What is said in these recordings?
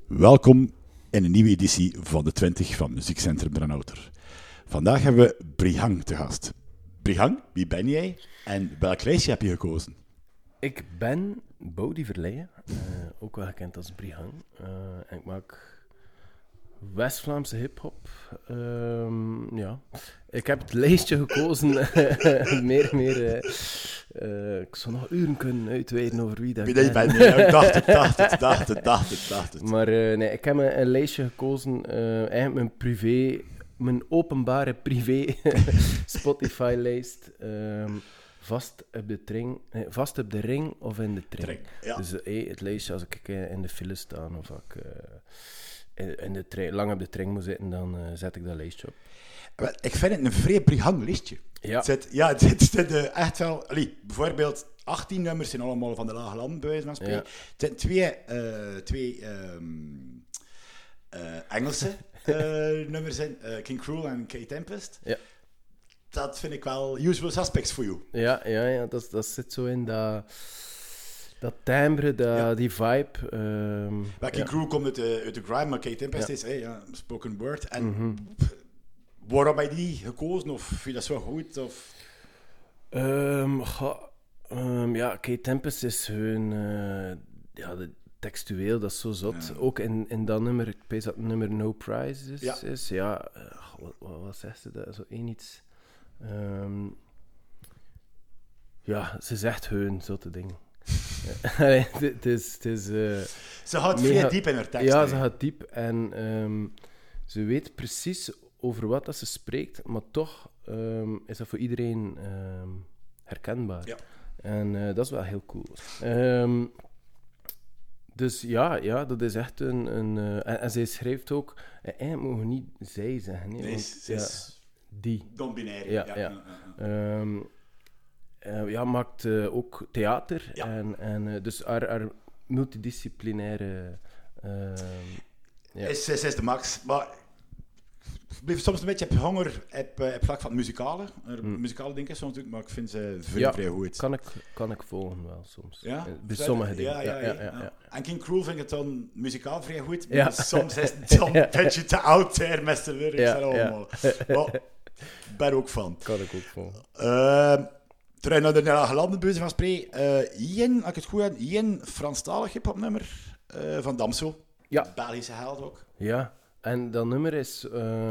Welkom in een nieuwe editie van de 20 van Muziekcentrum Dranouter. Vandaag hebben we Brihang te gast. Brihang, wie ben jij en welk lijstje heb je gekozen? Ik ben Boudi Verleijen, ook wel gekend als Brihang. En ik maak West-Vlaamse hip-hop. Ja. Ik heb het lijstje gekozen. Ik zou nog uren kunnen uitweiden over wie dat Wie ik dat ben. je bent? Ik dacht het. Maar nee, ik heb een lijstje gekozen. Eigenlijk mijn openbare privé Spotify-lijst. Vast op de ring of in de trein. Ja. Dus het lijstje, als ik in de file sta of ik in de trein, lang op de trein moet zitten, dan zet ik dat lijstje op. Ik vind het een vrij Brihang lijstje. Ja. Het zit echt wel... bijvoorbeeld 18 nummers zijn allemaal van de Lage Landen, bij wijze van spreken. Ja. Het zijn twee Engelse nummers in. King Cruel en K-Tempest. Ja. Dat vind ik wel usual suspects voor jou. Ja, dat zit zo in dat timbre, die vibe. King Cruel komt uit de grime, maar K-Tempest is spoken word. En waarom heb je die gekozen? Of vind je dat zo goed? Of... K-Tempest is hun... textueel, dat is zo zot. Ja. Ook in dat nummer, ik weet dat het nummer No Prize is. Ja, wat zegt ze dat? Zo één iets... ze zegt hun, zotte dingen. Het is ze gaat vrij diep in haar tekst. Ja, ze gaat diep. En ze weet precies over wat dat ze spreekt, maar toch is dat voor iedereen herkenbaar. Ja. En dat is wel heel cool. Dus ja, dat is echt een en zij schrijft ook... Eigenlijk mogen we niet zij zeggen. Nee, ze is... Die. Non-binair. Maakt ook theater. Ja. En dus haar multidisciplinaire... Is de max. Maar ik blijf soms een beetje op honger op vlak van het muzikale. Muzikale dingen soms natuurlijk, maar ik vind ze vrij goed. Kan ik volgen wel soms. Ja? Bij sommige dingen. Ja. En King Cruel vind ik het dan muzikaal vrij goed, maar soms is het een beetje te oud there met de lyrics en allemaal. Maar ik ben ook van. Kan ik ook volgen. Terug naar de Lage Landen, bij van spreken. Ian, als ik het goed heb, Ian, Franstalig hip-hop-nummer van Damso. Ja. Belgische held ook. Ja, en dat nummer is...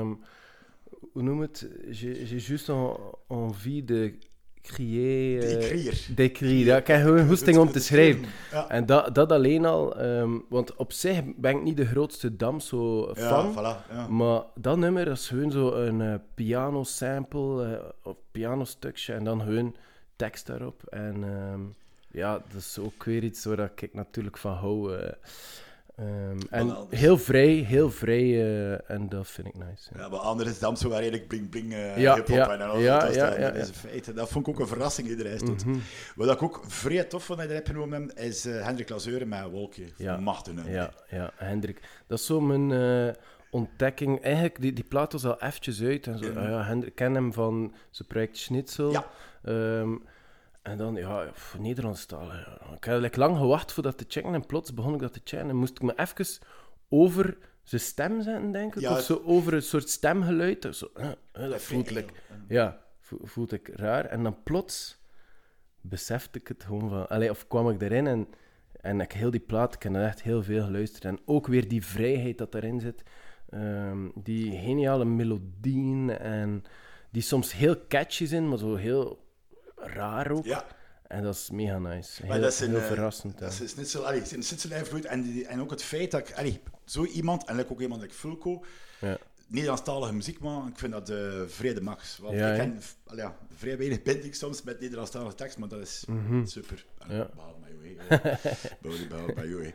hoe noem het? J'ai juste envie de crier... D'écrire. Ja, ik heb gewoon hoesting om te schrijven. Ja. En dat alleen al... want op zich ben ik niet de grootste Damso-fan. Ja, voilà, ja. Maar dat nummer is gewoon zo een piano-sample of pianostukje en dan gewoon tekst daarop. En dat is ook weer iets waar ik natuurlijk van hou. En heel vrij en dat vind ik nice. Ja, maar anders is Damso wel redelijk bling-bling hip-hop. Dat is een feit. Dat vond ik ook een verrassing die eruit doet. Wat ik ook vrij tof vond dat je eruit genomen hebt, is Hendrik Lazeure met Wolkje. Machtig nummer. Ja, Hendrik. Dat is zo mijn ontdekking. Eigenlijk, die plaat was al eventjes uit. En zo, Hendrik, ik ken hem van zijn project Schnitzel. Ja. En dan, Nederlandstalig. Ik heb lang gewacht voor dat te checken en plots begon ik dat te checken en moest ik me even over zijn stem zetten, denk ik. Ja, of zo over een soort stemgeluid. Zo, dat voelde ik raar. En dan plots besefte ik het gewoon van... of kwam ik erin en ik heel die plaat, ik heb er echt heel veel geluisterd. En ook weer die vrijheid dat erin zit. Die geniale melodieën en die soms heel catchy zijn, maar zo heel... raar ook. Ja. En dat is mega nice. Heel verrassend. Dat is net zo invloed. En ook het feit dat ik... zo iemand, en ook iemand like Fulco, Nederlandstalige muziek maken, ik vind dat vrij de max. Want ik ken vrij weinig binding soms met Nederlandstalige tekst, maar dat is super. Behalve bij jou.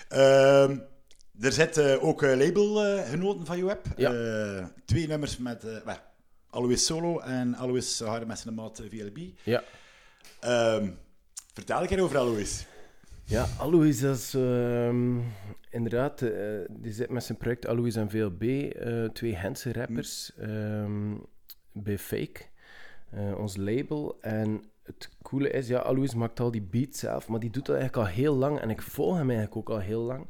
Er zitten ook labelgenoten van jou op. 2 nummers met... Alois Solo en Alois Harde met zijn maat VLB. Ja. Vertel ik over Alois. Ja, Alois, dat is inderdaad... die zit met zijn project Alois en VLB, 2 Gentse rappers, bij Fake, ons label. En het coole is, Alois maakt al die beats zelf, maar die doet dat eigenlijk al heel lang. En ik volg hem eigenlijk ook al heel lang.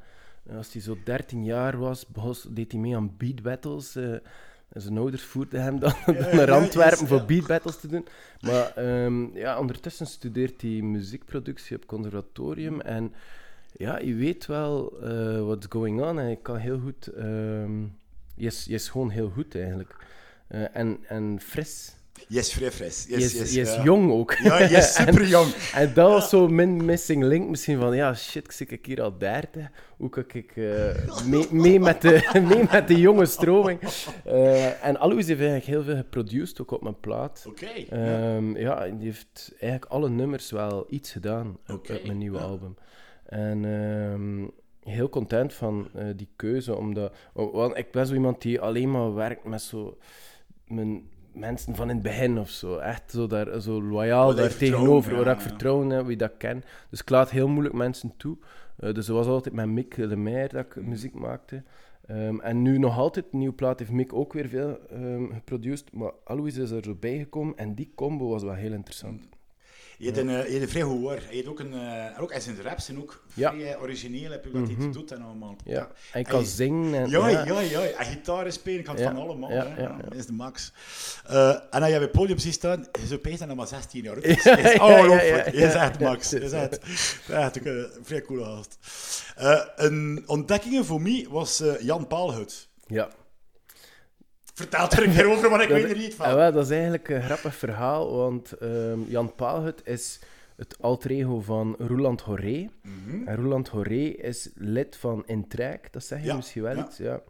als hij zo 13 jaar was, deed hij mee aan beat battles. Zijn ouders voerden hem dan naar Antwerpen voor beat battles te doen. Maar ondertussen studeert hij muziekproductie op conservatorium. En ja, je weet wel what's going on. En hij kan heel goed... je is gewoon heel goed, eigenlijk. En fris. Je is vrij fris. Je is jong ook. Ja, je is super jong. en dat was zo mijn missing link misschien van, ja, shit, ik hier al 30. Hoe kan ik mee met de jonge stroming? En Alois heeft eigenlijk heel veel geproduceerd, ook op mijn plaat. Oké. Die heeft eigenlijk alle nummers wel iets gedaan op mijn nieuwe album. En heel content van die keuze, want ik ben zo iemand die alleen maar werkt met zo... mensen van in het begin of zo. Echt zo loyaal daar tegenover, waar ik vertrouwen heb, wie dat ken. Dus ik laat heel moeilijk mensen toe. Dus dat was altijd met Mick Lemaire dat ik muziek maakte. En nu nog altijd, een nieuwe plaat heeft Mick ook weer veel geproduceerd. Maar Alois is er zo bijgekomen en die combo was wel heel interessant. Je hebt een vrij goed hoor. Je hebt ook en zijn raps zijn ook vrij origineel, heb je wat hij doet en allemaal. Ja, en je kan zingen. En, ja. En gitaar spelen, kan het van allemaal. Dat is de max. En als je bij het podium ziet staan, is het opeens nog maar 16 jaar. Is ongelooflijk. Je is echt max. Je is echt een vrij coole gast. Een ontdekking voor mij was Jan Paalhut. Ja. Vertel er een keer over, want ik weet er niet van. Dat is eigenlijk een grappig verhaal, want Jan Paalhut is het alter ego van Roland Horé. Mm-hmm. En Roland Horé is lid van Intrek, dat zeg je misschien wel iets. Ja.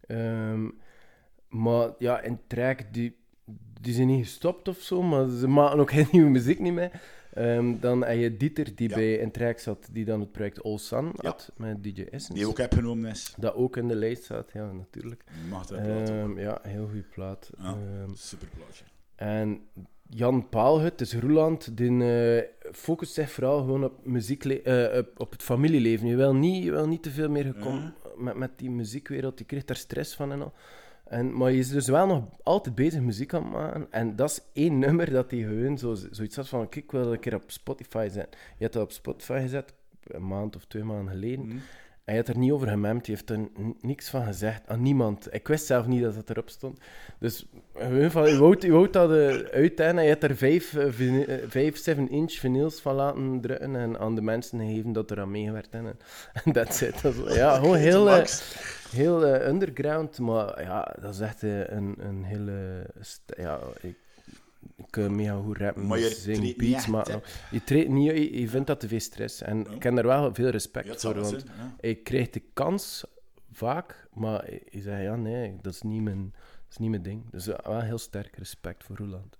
Maar ja, Intrek, die zijn niet gestopt of zo, maar ze maken ook geen nieuwe muziek niet meer. Dan heb je Dieter, die bij Intrek zat, die dan het project All Sun had, met DJ Essence. Die ook heb genomen is. Dat ook in de lijst staat, ja, natuurlijk. Mag dat plaat ja, heel goede plaat. Ja, super plaatje. En Jan Paalhut, dus Roeland, die focust zich vooral gewoon op op het familieleven. Je wil niet te veel meer gekomen met die muziekwereld, die krijgt daar stress van en al. Maar je is dus wel nog altijd bezig muziek aan het maken. En dat is één nummer dat hij gewoon zoiets had van... Kijk, ik wil dat een keer op Spotify zetten. Je hebt dat op Spotify gezet, een maand of 2 maanden geleden. En je had er niet over gememd. Je heeft er niks van gezegd aan niemand. Ik wist zelf niet dat het erop stond. Dus gewoon van, je wou dat uit en je hebt er 5 7-inch vinyls van laten drukken en aan de mensen gegeven dat er aan meegewerkt hebben. En that's it. Ja, gewoon heel underground, maar ja, dat is echt een hele... Ik kan mega goed rappen, maar je zingen, beats maken. Je treedt niet, je vindt dat te veel stress. En ik heb daar wel veel respect voor, want ik krijg de kans vaak, maar je zegt, ja, nee, dat is niet mijn ding. Dus wel heel sterk respect voor Roeland.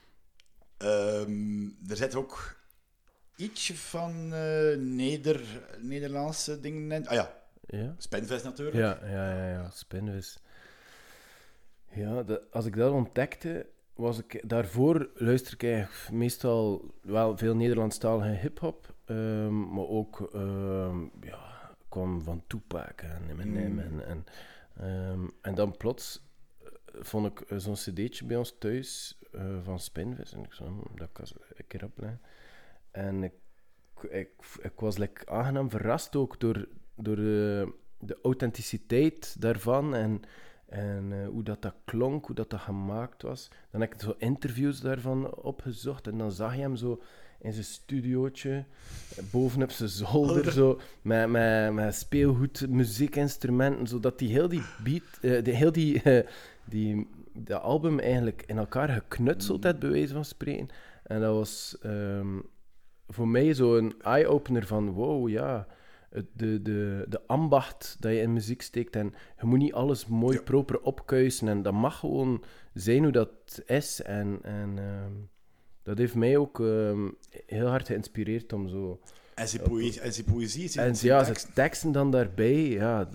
Er zit ook ietsje van Nederlandse dingen in. Ah ja. Ja? Spinvis natuurlijk. Ja, Spinvis. Ja, als ik dat ontdekte, daarvoor luister ik meestal wel veel Nederlandstalige hip-hop, maar ook kwam van Tupac en Eminem en dan plots vond ik zo'n cd'tje bij ons thuis van Spinvis en ik zei, dat kan een keer opleggen. En ik was aangenaam verrast ook door de authenticiteit daarvan en hoe dat klonk, hoe dat gemaakt was. Dan heb ik zo interviews daarvan opgezocht en dan zag je hem zo in zijn studiootje, bovenop zijn zolder, zo, met speelgoed, muziekinstrumenten, zodat hij heel die beat, dat album eigenlijk in elkaar geknutseld had, bij wijze van spreken. En dat was voor mij zo een eye-opener van, wow, ja... De ambacht dat je in muziek steekt en je moet niet alles mooi proper opkuisen en dat mag gewoon zijn hoe dat is en dat heeft mij ook heel hard geïnspireerd om zo... En zijn poëzie... En zijn teksten dan daarbij, ja,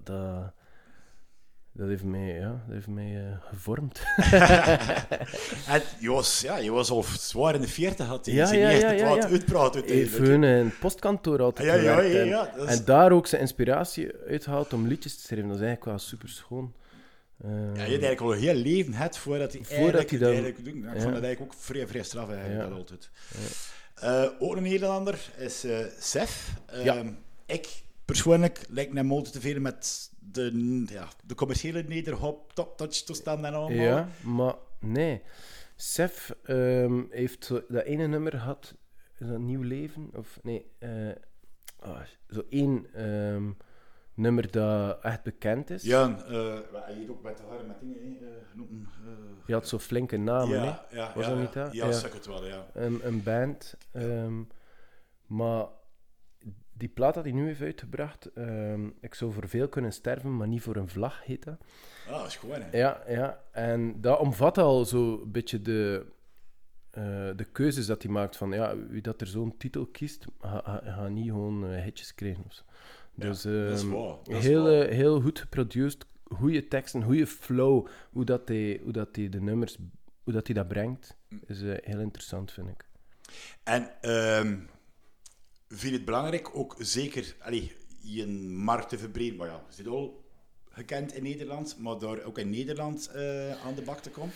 dat heeft mij gevormd. En je was al zwaar in de 40, had hij niet echt wat uitpraat. Hij heeft gewoon in een postkantoor altijd gewerkt. En daar ook zijn inspiratie uitgehaald om liedjes te schrijven. Dat is eigenlijk wel super schoon. Je had eigenlijk al een heel leven had voordat hij eigenlijk doet. Ik vond dat eigenlijk ook vrij straf eigenlijk dat altijd. Ook een Nederlander is Sef. Ik persoonlijk lijkt me mooi te veel met de commerciële nederhop, top-touch-toestanden en allemaal. Ja, maar nee. Sef heeft dat ene nummer gehad, is dat Nieuw Leven? Of nee, zo één nummer dat echt bekend is. Ja, hij heeft ook met haar met dingen genoemd. Je had zo flinke namen, hè? Was dat niet dat? Ja, zeg het wel, ja. Een band. Maar die plaat dat hij nu heeft uitgebracht, ik zou voor veel kunnen sterven, maar niet voor een vlag, heet dat. Ah, dat is gewoon, hè. Ja. En dat omvat al zo'n beetje de keuzes dat hij maakt van, ja, wie dat er zo'n titel kiest, gaat niet gewoon hitjes krijgen. Of zo. Dus dat is waar. heel goed geproduceerd, goede teksten, goede flow, hoe dat hij de nummers, hoe dat hij dat brengt, is heel interessant, vind ik. En vind je het belangrijk, ook zeker je markt te verbreden, maar ja, je zit al gekend in Nederland, maar daar ook in Nederland aan de bak te komen?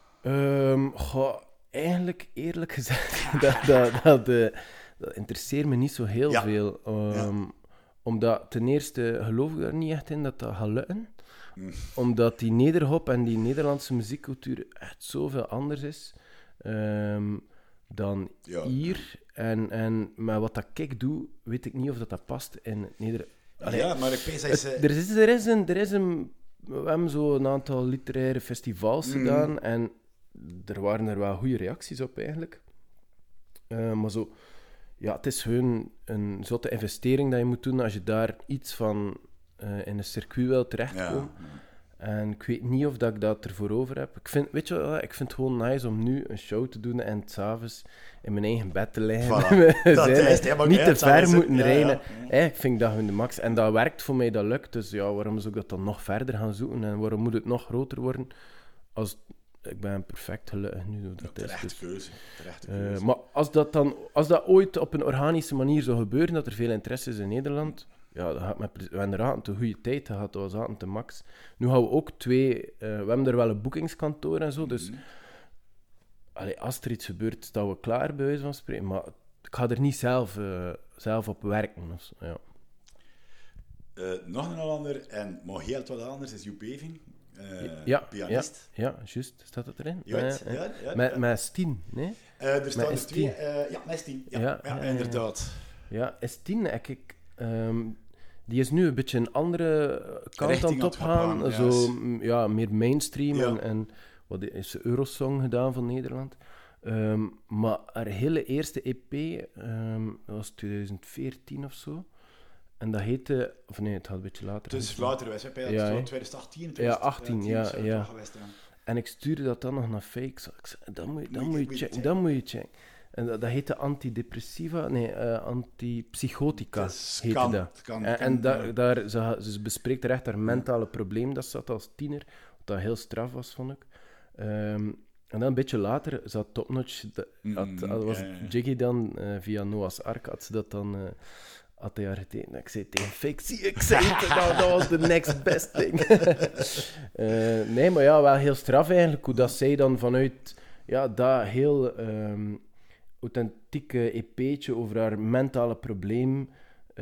Eigenlijk, eerlijk gezegd, dat interesseert me niet zo heel veel. Omdat ten eerste geloof ik er niet echt in dat gaat lukken. Omdat die nederhop en die Nederlandse muziekcultuur echt zoveel anders is dan hier. En met wat dat ik doe, weet ik niet of dat past in Nederland. Ja, maar ik weet er is een... We hebben zo een aantal literaire festivals gedaan en er waren er wel goede reacties op eigenlijk. Maar zo... Ja, het is gewoon een zotte investering dat je moet doen als je daar iets van in een circuit wil terechtkomen. Ja. En ik weet niet of dat ik dat ervoor over heb. Ik vind het gewoon nice om nu een show te doen en 's avonds in mijn eigen bed te liggen. Voilà. Niet te ver moeten rijden. Eigenlijk vind ik dat gewoon de max. En dat werkt voor mij, dat lukt. Dus ja, waarom zou ik dat dan nog verder gaan zoeken? En waarom moet het nog groter worden? Ik ben perfect gelukkig nu hoe dat is. Terechte keuze. Maar als dat ooit op een organische manier zou gebeuren, dat er veel interesse is in Nederland, ja, dan gaat we hebben er een goede tijd gehad, dat was de max. Nu gaan we ook we hebben er wel een boekingskantoor en zo, dus als er iets gebeurt, staan we klaar, bij wijze van spreken, maar ik ga er niet zelf op werken. Of zo, ja. Nog een ander, maar heel wat anders, is Joep Beving. Pianist. Ja, juist. Staat dat erin? Met Stien, nee? Er staan er twee. Met Stien. Ja, inderdaad. Ja, Stien, die is nu een beetje een andere kant aan het opgaan. Zo, meer mainstream en wat is de Eurosong gedaan van Nederland. Maar haar hele eerste EP, dat was 2014 of zo. En dat heette... Of nee, het had een beetje later. Het is later geweest, hè? 2018, 2018, ja. Geweest, ja. En ik stuurde dat dan nog naar Fake. Ik zei, dat moet je checken. En dat heette antidepressiva... Nee, antipsychotica heette dat. Ze bespreekt er echt haar mentale probleem. Dat zat als tiener. Wat dat heel straf was, vond ik. En dan een beetje later zat Topnotch... Jiggy dan, via Noah's Ark, had ze dat dan... had hij haar getekend. Ik zei tegen Fake, ik zei het, dat was de next best thing. Nee, maar ja, wel heel straf eigenlijk, hoe dat zij dan vanuit dat heel authentieke EP'tje over haar mentale probleem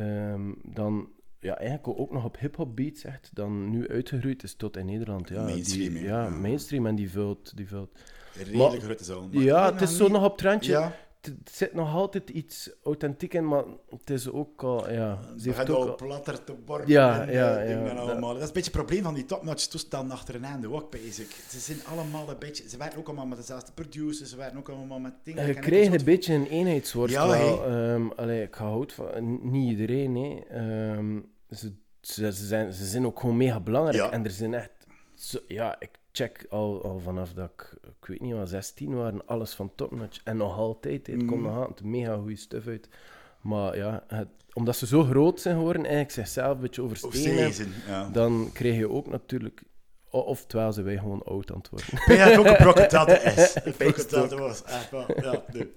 dan eigenlijk ook nog op hip-hop beats echt, dan nu uitgegroeid is tot in Nederland. Ja, mainstream. Mainstream en die vult. Redelijk grote zaal. Ja, het is zo nog op het randje. Ja. Er zit nog altijd iets authentiek in, maar het is ook al... Ja, ze heeft ook al platter te borden. Dat is een beetje het probleem van die topnotch-toestanden achter een einde ook, basic. Ze zijn allemaal een beetje... Ze werken ook allemaal met dezelfde producers, ze werken ook allemaal met dingen... Je krijgt een beetje een eenheidsworst. Ik ga houden van... Niet iedereen, nee. Ze zijn ook gewoon mega belangrijk. En er zijn echt... ik check al vanaf dat ik weet niet wat, 16 waren, alles van topnotch. En nog altijd, het komt nog altijd mega goede stuff uit. Maar ja, omdat ze zo groot zijn geworden, eigenlijk zichzelf een beetje oversteken, dan krijg je ook natuurlijk... Oftewel zijn wij gewoon oud aan het worden. Ben jij ook een brokket dat is? Een brokket dat was. Echt wel, ja, nee.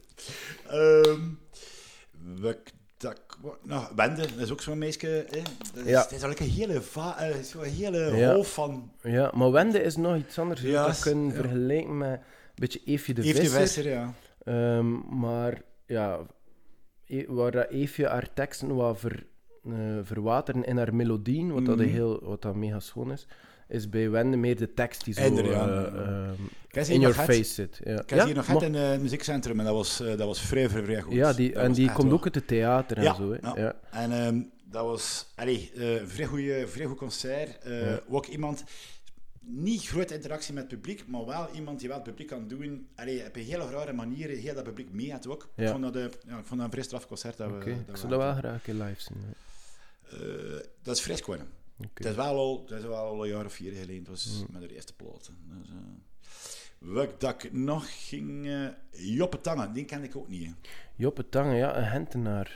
Wende, dat is ook zo'n meisje. Het is eigenlijk een hele hoofd van... Ja, maar Wende is nog iets anders. Je dat kunnen vergelijken met een beetje Eefje de Visser. Ja. Maar ja, waar dat Eefje haar teksten wat verwateren in haar melodieën, wat dat mega schoon is bij Wende meer de tekst die zo in your face zit. Ja. Ik heb hier nog gehad in het muziekcentrum en dat was vrij goed. Ja, die komt ook uit het theater en zo. Hè. Ja. En dat was een vrij goed concert. Ook iemand, niet grote interactie met het publiek, maar wel iemand die wel het publiek kan doen. Op een hele rare manier, heel dat publiek mee had ook. Ja. Ik vond dat een vrij straf concert. Ik zou dat wel graag in live zien. Dat is fris geworden. Het is wel al een jaar of 4 geleden. Het was met de eerste platen. Dus, wat ik nog ging... Joppe Tangen, die kende ik ook niet. Hè. Joppe Tangen, ja, een Gentenaar.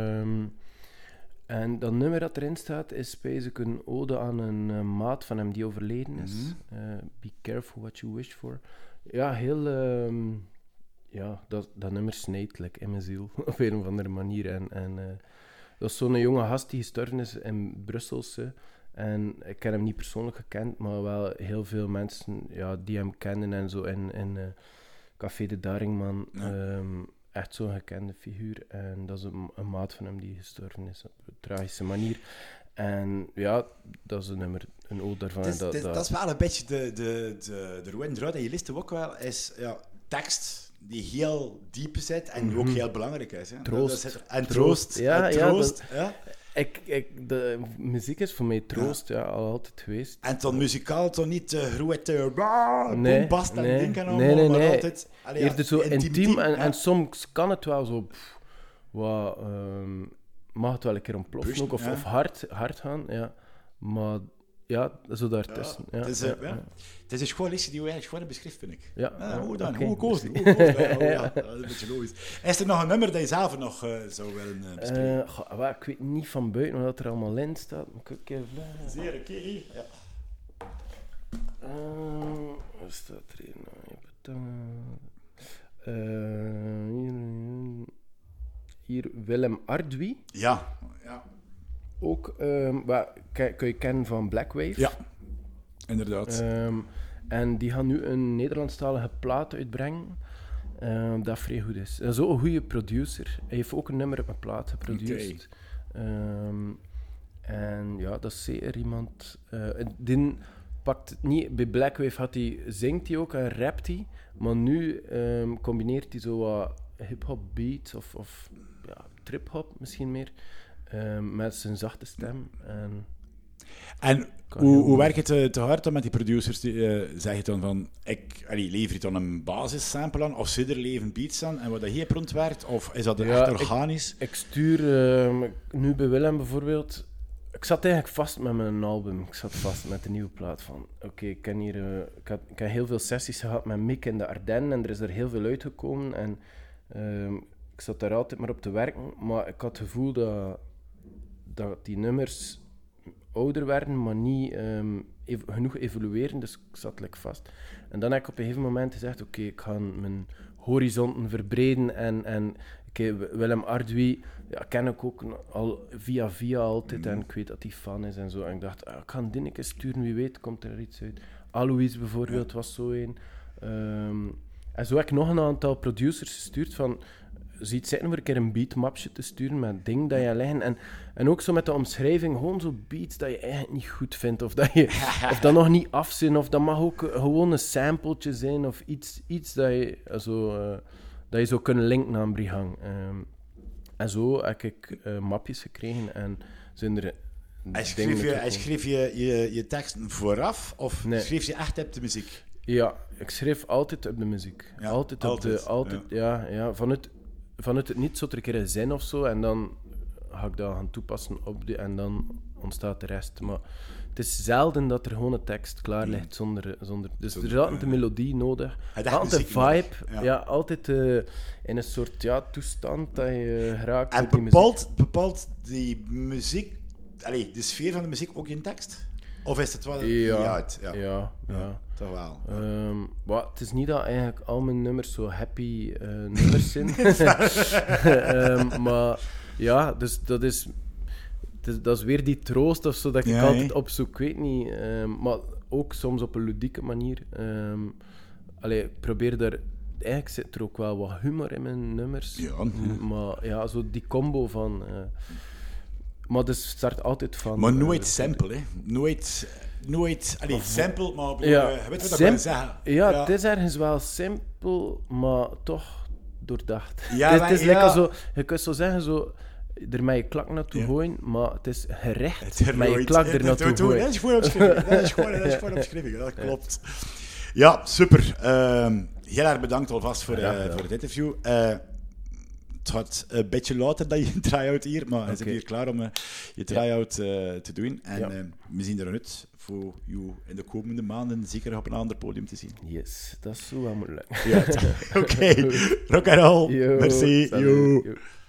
En dat nummer dat erin staat is basically een ode aan een maat van hem die overleden is. Be careful what you wish for. Ja, heel... dat nummer snijdt in mijn ziel. Op een of andere manier. En dat is zo'n jonge gast die gestorven is in Brusselse. En ik heb hem niet persoonlijk gekend, maar wel heel veel mensen die hem kennen en zo in Café de Daringman. Ja. Echt zo'n gekende figuur. En dat is een maat van hem die gestorven is op een tragische manier. En ja, dat is een ode daarvan. Dat is wel een beetje de rode draad in je liste ook wel, is tekst die heel diep zit en ook heel belangrijk is. Hè? Troost. Troost. Ja, troost. De muziek is voor mij troost, al altijd geweest. En dan muzikaal toch niet te grote bombast en dingen allemaal, nee. maar altijd... Eerder zo intiem en soms kan het wel zo... mag het wel een keer ontploffen ook, of hard gaan, ja. Maar ja, zo daartussen. Ja. Het is een schoon liedje die we eigenlijk gewoon beschrijft, vind ik. Ja. Hoe dan? Hoe koos? Dat is een beetje logisch. Is er nog een nummer dat je zelf nog zou willen bespreken? Ik weet niet van buiten wat er allemaal in staat. Zeer oké. Ja. Wat staat er hier nou? Hier Willem Ardwie. Ja. Ook, kun je kennen van Black Wave. Ja, inderdaad. En die gaan nu een Nederlandstalige plaat uitbrengen dat vrij goed is. Zo'n goede producer. Hij heeft ook een nummer op een plaat geproduceerd. En ja, dat is zeker iemand... die pakt het niet... Bij Black Wave zingt hij ook en rapt hij. Maar nu combineert hij zo wat hip-hop beats of trip-hop misschien meer... met zijn zachte stem. En hoe werkt het te hard dan met die producers? Zeg je dan van, lever je dan een basissample aan? Of zit er leven beats aan? En wat dat hier rondwerkt? Of is dat echt organisch? Ik stuur nu bij Willem bijvoorbeeld... Ik zat eigenlijk vast met mijn album. Ik zat vast met de nieuwe plaat van... Ik heb heel veel sessies gehad met Mick in de Ardennen en er is er heel veel uitgekomen. En ik zat daar altijd maar op te werken. Maar ik had het gevoel dat die nummers ouder werden, maar niet genoeg evolueren. Dus ik zat vast. En dan heb ik op een gegeven moment gezegd... ik ga mijn horizonten verbreden en Willem Ardwie ken ik ook al via altijd en ik weet dat hij fan is en zo. En ik dacht, ik ga een dingetje sturen, wie weet komt er iets uit. Alois bijvoorbeeld was zo een. En zo heb ik nog een aantal producers gestuurd van... Ziet zitten voor een keer een beatmapje te sturen met dingen dat je leggen. En ook zo met de omschrijving, gewoon zo beats dat je eigenlijk niet goed vindt. Of dat nog niet af zijn. Of dat mag ook gewoon een sampletje zijn. Of iets dat je zou kunnen linken aan Brihang. En zo heb ik mapjes gekregen. En zijn er schreef je teksten vooraf? Of schreef je echt op de muziek? Ja, ik schreef altijd op de muziek. Ja, altijd. Vanuit het niet zo er een keer een zin of zo, en dan ga ik dat gaan toepassen op en dan ontstaat de rest. Maar het is zelden dat er gewoon een tekst klaar ligt zonder dus er is altijd een melodie nodig. Altijd een vibe, altijd in een soort toestand dat je geraakt. En bepaalt die muziek, de sfeer van de muziek ook in tekst? Of is het wel Ja. Toch wel. Het is niet dat eigenlijk al mijn nummers zo happy nummers zijn. Maar ja, dus dat is weer die troost of zo dat ik altijd opzoek. Ik weet niet. Maar ook soms op een ludieke manier. Ik probeer daar... Eigenlijk zit er ook wel wat humor in mijn nummers. Ja. Maar ja, zo die combo van... Maar dus het start altijd van... Maar nooit simpel, hè. Nooit... Allee, simpel, maar... weet je wat ik wil zeggen? Ja, het is ergens wel simpel, maar toch doordacht. Ja, het is lekker zo... Je kunt zo zeggen, zo... Er met je klak naartoe gooien, maar het is gerecht met je klak er naartoe gooien. Dat is gewoon opschrijving. Dat is gewoon opschrijving, dat klopt. Ja, super. Heel erg bedankt alvast voor het interview. Het gaat een beetje later dan je try-out hier, maar we zijn hier klaar om je try-out te doen. En we zien eruit voor jou in de komende maanden zeker op een ander podium te zien. Yes, dat is zo wel moeilijk. Ja, oké. Rock and roll. Merci.